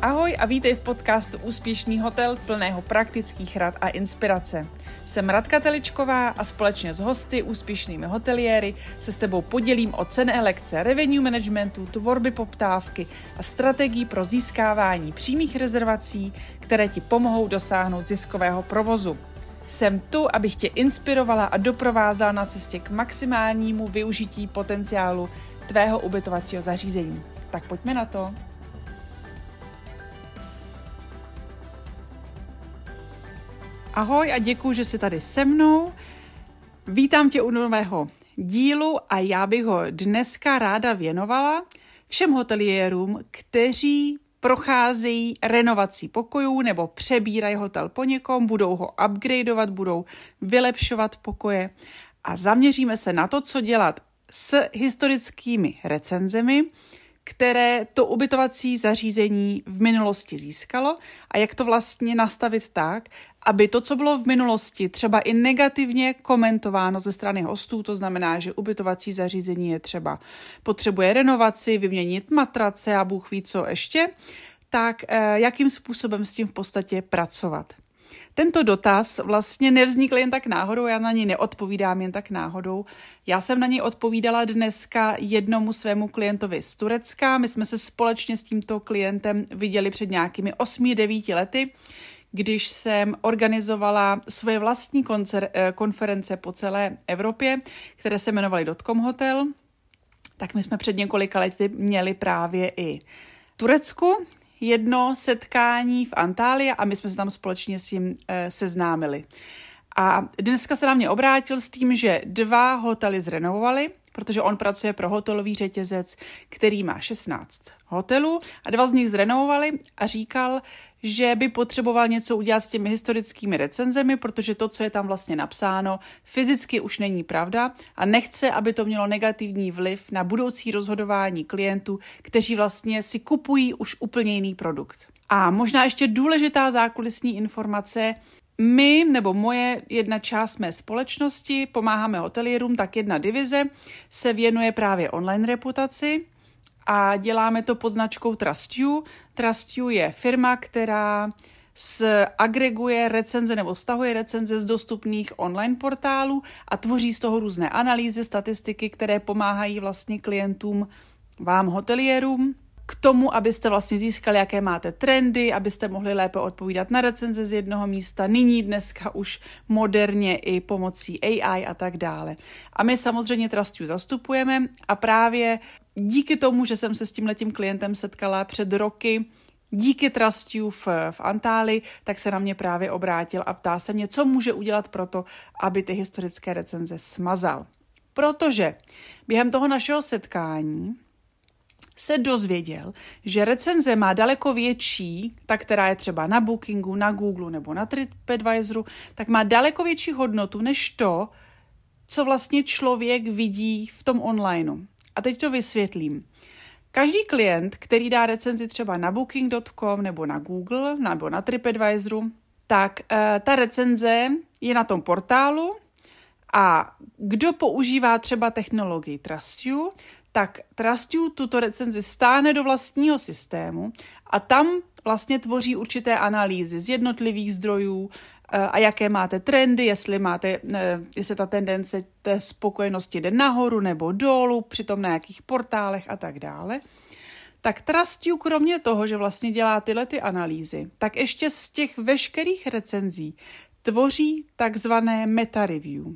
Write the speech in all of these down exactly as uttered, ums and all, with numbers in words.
Ahoj a vítej v podcastu Úspěšný hotel plného praktických rad a inspirace. Jsem Radka Teličková a společně s hosty, úspěšnými hoteliéry, se s tebou podělím o cenné lekce revenue managementu, tvorby poptávky a strategii pro získávání přímých rezervací, které ti pomohou dosáhnout ziskového provozu. Jsem tu, abych tě inspirovala a doprovázala na cestě k maximálnímu využití potenciálu tvého ubytovacího zařízení. Tak pojďme na to. Ahoj a děkuji, že jsi tady se mnou. Vítám tě u nového dílu a já bych ho dneska ráda věnovala všem hoteliérům, kteří procházejí renovací pokojů nebo přebírají hotel po někom, budou ho upgradeovat, budou vylepšovat pokoje a zaměříme se na to, co dělat s historickými recenzemi, které to ubytovací zařízení v minulosti získalo a jak to vlastně nastavit tak, aby to, co bylo v minulosti třeba i negativně komentováno ze strany hostů, to znamená, že ubytovací zařízení je třeba potřebuje renovaci, vyměnit matrace a Bůh ví co ještě, tak jakým způsobem s tím v podstatě pracovat. Tento dotaz vlastně nevznikl jen tak náhodou, já na něj neodpovídám jen tak náhodou. Já jsem na něj odpovídala dneska jednomu svému klientovi z Turecka. My jsme se společně s tímto klientem viděli před nějakými osmi devíti lety, když jsem organizovala svoje vlastní koncer- konference po celé Evropě, které se jmenovaly Dotcom Hotel. Tak my jsme před několika lety měli právě i Turecku jedno setkání v Antálii a my jsme se tam společně s ním e, seznámili. A dneska se na mě obrátil s tím, že dva hotely zrenovovali, protože on pracuje pro hotelový řetězec, který má šestnáct hotelů a dva z nich zrenovovali a říkal, že by potřeboval něco udělat s těmi historickými recenzemi, protože to, co je tam vlastně napsáno, fyzicky už není pravda a nechce, aby to mělo negativní vliv na budoucí rozhodování klientů, kteří vlastně si kupují už úplně jiný produkt. A možná ještě důležitá zákulisní informace, my, nebo moje jedna část mé společnosti, pomáháme hotelierům, tak jedna divize se věnuje právě online reputaci a děláme to pod značkou TrustYou. TrustYou je firma, která agreguje recenze nebo stahuje recenze z dostupných online portálů a tvoří z toho různé analýzy, statistiky, které pomáhají vlastně klientům, vám hoteliérům, k tomu, abyste vlastně získali, jaké máte trendy, abyste mohli lépe odpovídat na recenze z jednoho místa, nyní dneska už moderně i pomocí A I a tak dále. A my samozřejmě TrustYou zastupujeme a právě díky tomu, že jsem se s tímhletím klientem setkala před roky, díky TrustYou v, v Antálii, tak se na mě právě obrátil a ptá se mě, co může udělat pro to, aby ty historické recenze smazal. Protože během toho našeho setkání se dozvěděl, že recenze má daleko větší, ta, která je třeba na Bookingu, na Google nebo na TripAdvisoru, tak má daleko větší hodnotu než to, co vlastně člověk vidí v tom onlineu. A teď to vysvětlím. Každý klient, který dá recenzi třeba na booking tečka com nebo na Google nebo na TripAdvisoru, tak e, ta recenze je na tom portálu a kdo používá třeba technologii TrustYou, tak TrustYou tuto recenzi stáhne do vlastního systému a tam vlastně tvoří určité analýzy z jednotlivých zdrojů a jaké máte trendy, jestli máte, jestli ta tendence té spokojenosti jde nahoru nebo dolů, přitom na jakých portálech a tak dále. Tak TrustYou kromě toho, že vlastně dělá tyhle ty analýzy, tak ještě z těch veškerých recenzí tvoří takzvané meta review.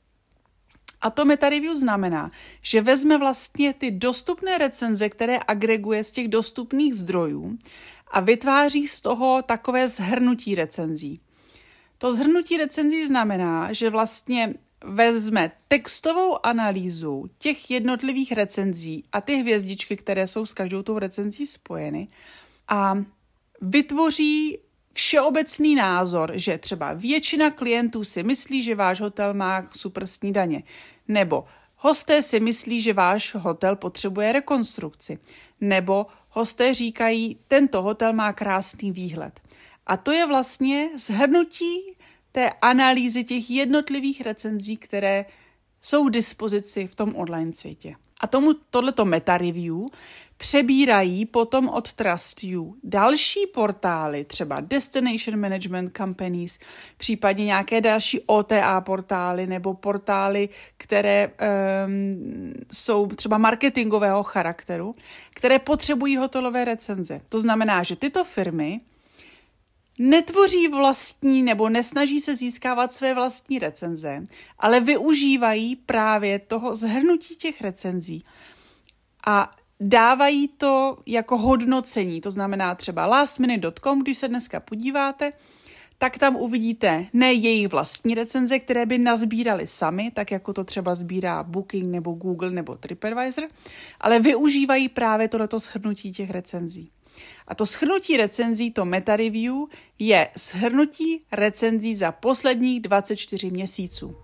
A to meta review znamená, že vezme vlastně ty dostupné recenze, které agreguje z těch dostupných zdrojů a vytváří z toho takové shrnutí recenzí. To shrnutí recenzí znamená, že vlastně vezme textovou analýzu těch jednotlivých recenzí a ty hvězdičky, které jsou s každou tou recenzí spojeny a vytvoří všeobecný názor, že třeba většina klientů si myslí, že váš hotel má super snídaně, nebo hosté si myslí, že váš hotel potřebuje rekonstrukci, nebo hosté říkají, tento hotel má krásný výhled. A to je vlastně shrnutí té analýzy těch jednotlivých recenzí, které jsou k dispozici v tom online světě. A tomu tohleto meta review přebírají potom od TrustYou další portály, třeba Destination Management Companies, případně nějaké další O T A portály nebo portály, které um, jsou třeba marketingového charakteru, které potřebují hotelové recenze. To znamená, že tyto firmy netvoří vlastní nebo nesnaží se získávat své vlastní recenze, ale využívají právě toho shrnutí těch recenzí a dávají to jako hodnocení. To znamená třeba last minute tečka com, když se dneska podíváte, tak tam uvidíte ne jejich vlastní recenze, které by nazbírali sami, tak jako to třeba sbírá Booking nebo Google nebo TripAdvisor, ale využívají právě tohleto shrnutí těch recenzí. A to shrnutí recenzí, to meta review, je shrnutí recenzí za posledních dvacet čtyři měsíců.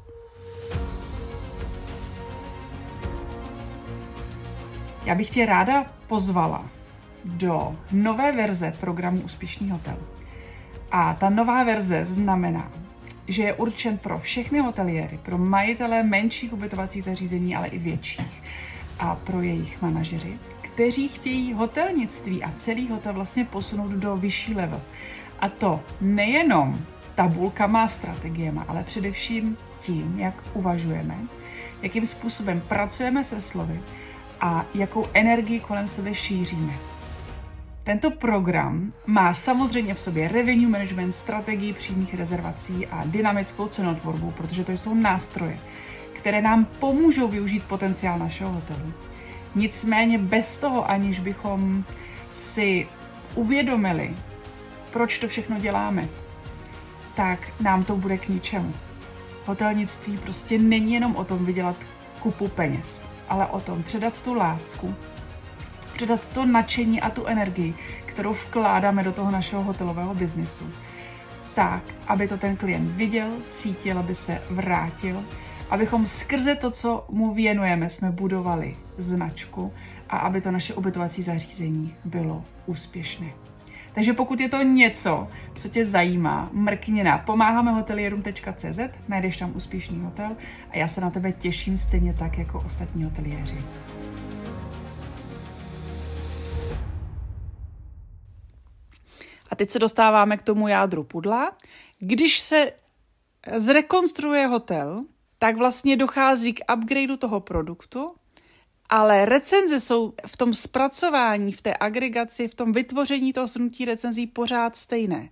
Já bych tě ráda pozvala do nové verze programu Úspěšný hotel. A ta nová verze znamená, že je určen pro všechny hoteliéry, pro majitele menších ubytovacích zařízení, ale i větších, a pro jejich manažery, kteří chtějí hotelnictví a celý hotel vlastně posunout do vyšší level. A to nejenom tabulkama a strategiemi, ale především tím, jak uvažujeme, jakým způsobem pracujeme se slovy a jakou energii kolem sebe šíříme. Tento program má samozřejmě v sobě revenue management, strategii přímých rezervací a dynamickou cenotvorbu, protože to jsou nástroje, které nám pomůžou využít potenciál našeho hotelu. Nicméně bez toho, aniž bychom si uvědomili, proč to všechno děláme, tak nám to bude k ničemu. Hotelnictví prostě není jenom o tom vydělat kupu peněz, ale o tom předat tu lásku, předat to nadšení a tu energii, kterou vkládáme do toho našeho hotelového biznisu. Tak, aby to ten klient viděl, cítil, aby se vrátil, abychom skrze to, co mu věnujeme, jsme budovali značku a aby to naše ubytovací zařízení bylo úspěšné. Takže pokud je to něco, co tě zajímá, mrkni na pomáháme hotelierům tečka cé zet, najdeš tam Úspěšný hotel a já se na tebe těším stejně tak jako ostatní hoteliéři. A teď se dostáváme k tomu jádru pudla. Když se zrekonstruuje hotel, tak vlastně dochází k upgradeu toho produktu, ale recenze jsou v tom zpracování, v té agregaci, v tom vytvoření toho shrnutí recenzí pořád stejné.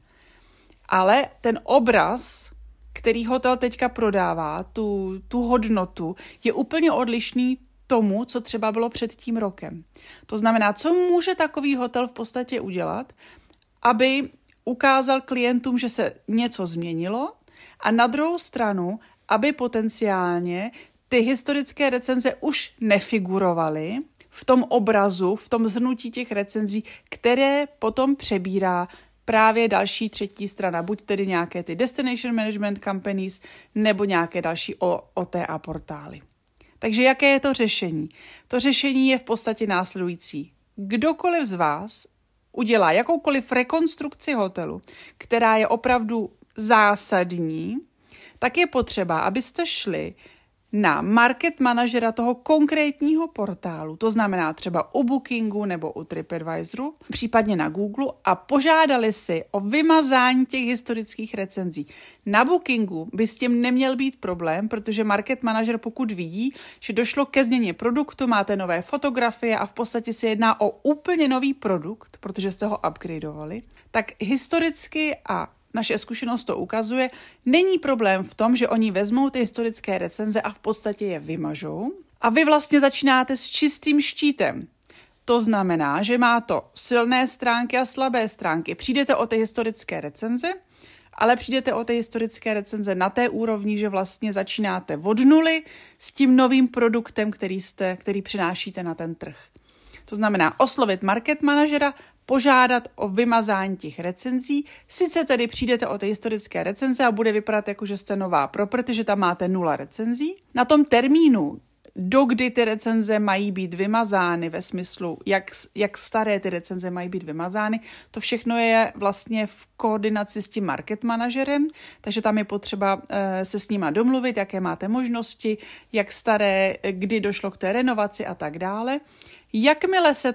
Ale ten obraz, který hotel teďka prodává, tu, tu hodnotu, je úplně odlišný tomu, co třeba bylo před tím rokem. To znamená, co může takový hotel v podstatě udělat, aby ukázal klientům, že se něco změnilo, a na druhou stranu, aby potenciálně ty historické recenze už nefigurovaly v tom obrazu, v tom zhrnutí těch recenzí, které potom přebírá právě další třetí strana, buď tedy nějaké ty Destination Management Companies nebo nějaké další O T A portály. Takže jaké je to řešení? To řešení je v podstatě následující. Kdokoliv z vás udělá jakoukoliv rekonstrukci hotelu, která je opravdu zásadní, tak je potřeba, abyste šli na market manažera toho konkrétního portálu, to znamená třeba u Bookingu nebo u TripAdvisoru, případně na Google, a požádali si o vymazání těch historických recenzí. Na Bookingu by s tím neměl být problém, protože market manažer, pokud vidí, že došlo ke změně produktu, máte nové fotografie a v podstatě se jedná o úplně nový produkt, protože jste ho upgradeovali, tak historicky, a naše zkušenost to ukazuje, není problém v tom, že oni vezmou ty historické recenze a v podstatě je vymažou a vy vlastně začínáte s čistým štítem. To znamená, že má to silné stránky a slabé stránky. Přijdete o ty historické recenze, ale přijdete o ty historické recenze na té úrovni, že vlastně začínáte od nuly s tím novým produktem, který, jste, který přinášíte na ten trh. To znamená oslovit market manažera, požádat o vymazání těch recenzí. Sice tedy přijdete o ty historické recenze a bude vypadat jako, že jste nová property, že tam máte nula recenzí. Na tom termínu, dokdy ty recenze mají být vymazány, ve smyslu, jak, jak staré ty recenze mají být vymazány, to všechno je vlastně v koordinaci s tím market manažerem, takže tam je potřeba e, se s nima domluvit, jaké máte možnosti, jak staré, kdy došlo k té renovaci a tak dále. Jakmile se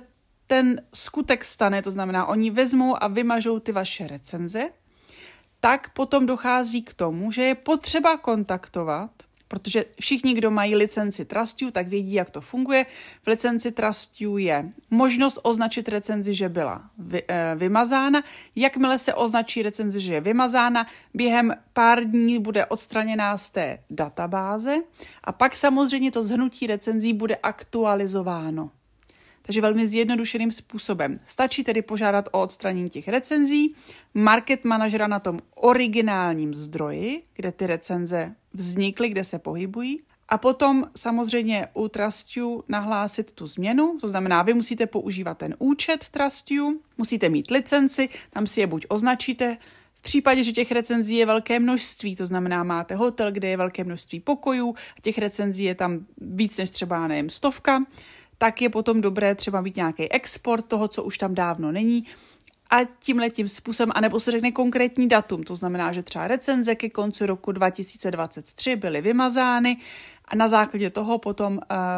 ten skutek stane, to znamená, oni vezmou a vymažou ty vaše recenze, tak potom dochází k tomu, že je potřeba kontaktovat, protože všichni, kdo mají licenci TrustYou, tak vědí, jak to funguje. V licenci TrustYou je možnost označit recenzi, že byla vy, e, vymazána. Jakmile se označí recenzi, že je vymazána, během pár dní bude odstraněná z té databáze a pak samozřejmě to shrnutí recenzí bude aktualizováno. Takže velmi zjednodušeným způsobem. Stačí tedy požádat o odstranění těch recenzí, market manažera na tom originálním zdroji, kde ty recenze vznikly, kde se pohybují. A potom samozřejmě u TrustYou nahlásit tu změnu, to znamená, vy musíte používat ten účet TrustYou, musíte mít licenci, tam si je buď označíte, v případě, že těch recenzí je velké množství, to znamená, máte hotel, kde je velké množství pokojů, a těch recenzí je tam víc než třeba, nevím, stovka, tak je potom dobré třeba mít nějaký export toho, co už tam dávno není a tímhletím způsobem, anebo se řekne konkrétní datum, to znamená, že třeba recenze ke konci roku dva tisíce dvacet tři byly vymazány a na základě toho potom uh,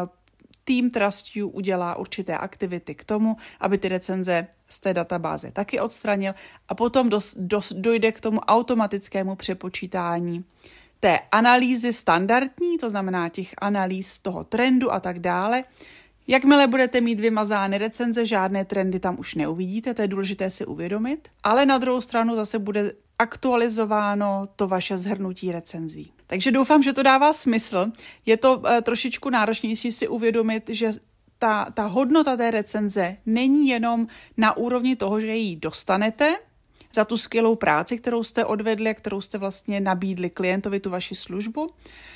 tým TrustYou udělá určité aktivity k tomu, aby ty recenze z té databáze taky odstranil a potom dos, dos, dojde k tomu automatickému přepočítání té analýzy standardní, to znamená těch analýz toho trendu a tak dále. Jakmile budete mít vymazány recenze, žádné trendy tam už neuvidíte, to je důležité si uvědomit, ale na druhou stranu zase bude aktualizováno to vaše shrnutí recenzí. Takže doufám, že to dává smysl. Je to uh, trošičku náročnější si uvědomit, že ta, ta hodnota té recenze není jenom na úrovni toho, že ji dostanete za tu skvělou práci, kterou jste odvedli a kterou jste vlastně nabídli klientovi tu vaši službu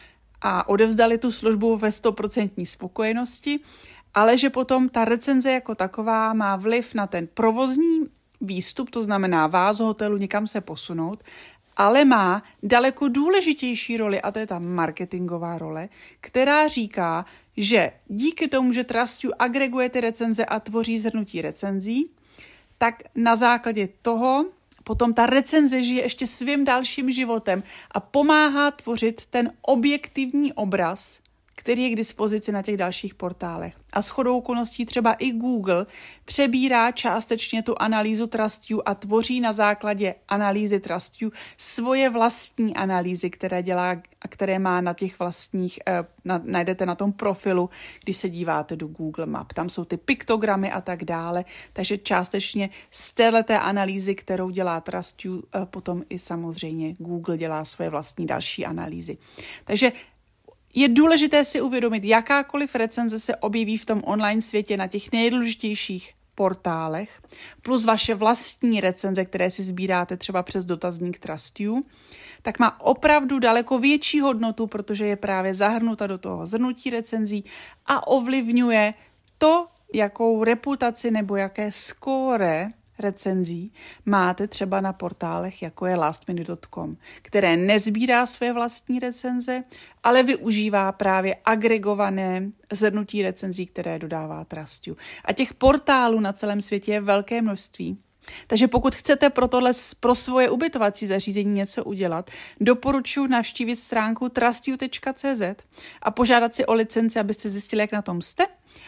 a odevzdali tu službu ve sto procent spokojenosti, ale že potom ta recenze jako taková má vliv na ten provozní výstup, to znamená vás hotelu někam se posunout, ale má daleko důležitější roli a to je ta marketingová role, která říká, že díky tomu, že TrustYou agreguje ty recenze a tvoří shrnutí recenzí, tak na základě toho potom ta recenze žije ještě svým dalším životem a pomáhá tvořit ten objektivní obraz, který je k dispozici na těch dalších portálech. A shodou okolností třeba i Google přebírá částečně tu analýzu TrustYou a tvoří na základě analýzy TrustYou svoje vlastní analýzy, které dělá a které má na těch vlastních, eh, na, najdete na tom profilu, když se díváte do Google Map. Tam jsou ty piktogramy a tak dále, takže částečně z téhleté analýzy, kterou dělá TrustYou, eh, potom i samozřejmě Google dělá svoje vlastní další analýzy. Takže je důležité si uvědomit, jakákoliv recenze se objeví v tom online světě na těch nejdůležitějších portálech, plus vaše vlastní recenze, které si sbíráte třeba přes dotazník TrustYou, tak má opravdu daleko větší hodnotu, protože je právě zahrnuta do toho shrnutí recenzí a ovlivňuje to, jakou reputaci nebo jaké skóre recenzí máte třeba na portálech, jako je last minute tečka com, které nezbírá své vlastní recenze, ale využívá právě agregované shrnutí recenzí, které dodává TrustYou. A těch portálů na celém světě je velké množství. Takže pokud chcete pro tohle, pro svoje ubytovací zařízení něco udělat, doporučuji navštívit stránku trustyu tečka cé zet a požádat si o licenci, abyste zjistili, jak na tom jste.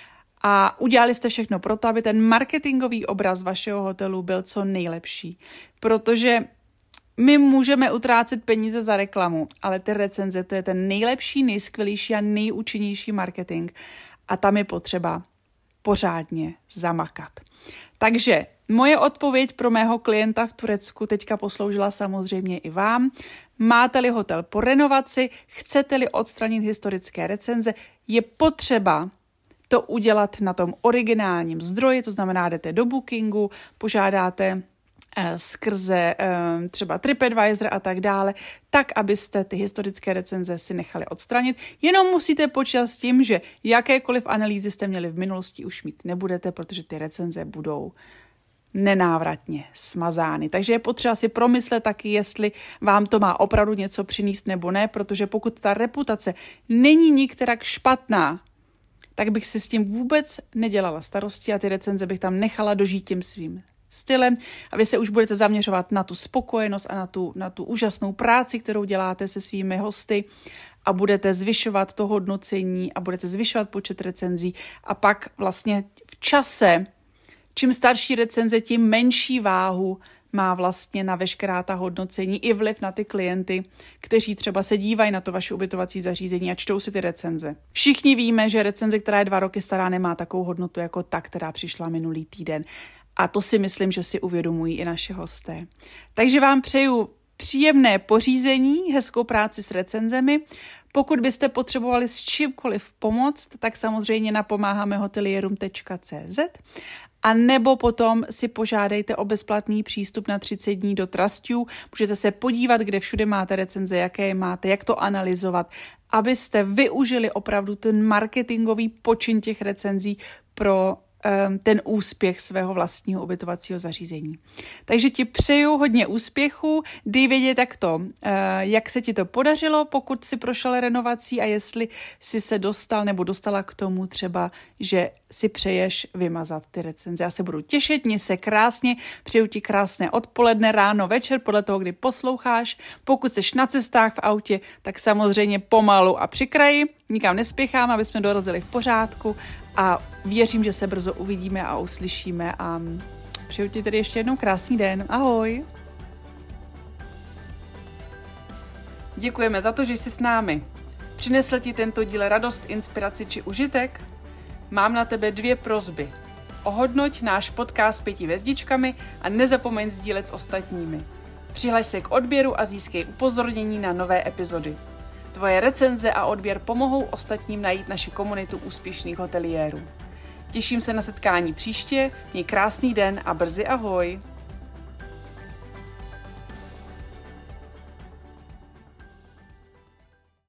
A udělali jste všechno pro to, aby ten marketingový obraz vašeho hotelu byl co nejlepší. Protože my můžeme utrácet peníze za reklamu, ale ty recenze, to je ten nejlepší, nejskvělejší a nejúčinnější marketing. A tam je potřeba pořádně zamakat. Takže moje odpověď pro mého klienta v Turecku teďka posloužila samozřejmě i vám. Máte-li hotel po renovaci, chcete-li odstranit historické recenze, je potřeba to udělat na tom originálním zdroji, to znamená, jdete do Bookingu, požádáte eh, skrze eh, třeba TripAdvisor a tak dále, tak, abyste ty historické recenze si nechali odstranit. Jenom musíte počítat s tím, že jakékoliv analýzy jste měli v minulosti už mít nebudete, protože ty recenze budou nenávratně smazány. Takže je potřeba si promyslet taky, jestli vám to má opravdu něco přinést nebo ne, protože pokud ta reputace není nikterak špatná, tak bych si s tím vůbec nedělala starosti a ty recenze bych tam nechala dožít tím svým stylem a vy se už budete zaměřovat na tu spokojenost a na tu, na tu úžasnou práci, kterou děláte se svými hosty a budete zvyšovat to hodnocení a budete zvyšovat počet recenzí a pak vlastně v čase Čím starší recenze, tím menší váhu má vlastně na veškerá ta hodnocení i vliv na ty klienty, kteří třeba se dívají na to vaše ubytovací zařízení a čtou si ty recenze. Všichni víme, že recenze, která je dva roky stará, nemá takovou hodnotu jako ta, která přišla minulý týden. A to si myslím, že si uvědomují i naše hosté. Takže vám přeju příjemné pořízení, hezkou práci s recenzemi. Pokud byste potřebovali s čímkoliv pomoct, tak samozřejmě napomáháme hotelierům tečka cé zet a nebo potom si požádejte o bezplatný přístup na třicet dní do Trustu. Můžete se podívat, kde všude máte recenze, jaké je máte, jak to analyzovat, abyste využili opravdu ten marketingový počin těch recenzí pro ten úspěch svého vlastního ubytovacího zařízení. Takže ti přeju hodně úspěchu, dej vědět jak to, jak se ti to podařilo, pokud si prošel renovací a jestli si se dostal nebo dostala k tomu třeba, že si přeješ vymazat ty recenze. Já se budu těšit, měj se krásně, přeju ti krásné odpoledne, ráno, večer, podle toho, kdy posloucháš. Pokud jsi na cestách v autě, tak samozřejmě pomalu a při kraji, nikam nespěchám, aby jsme dorazili v pořádku. A věřím, že se brzo uvidíme a uslyšíme a přeju ti tedy ještě jednou krásný den. Ahoj! Děkujeme za to, že jsi s námi. Přinesl ti tento díl radost, inspiraci či užitek? Mám na tebe dvě prosby. Ohodnoť náš podcast pěti hvězdičkami a nezapomeň sdílet s ostatními. Přihlaš se k odběru a získej upozornění na nové epizody. Tvoje recenze a odběr pomohou ostatním najít naši komunitu úspěšných hoteliérů. Těším se na setkání příště, měj krásný den a brzy ahoj!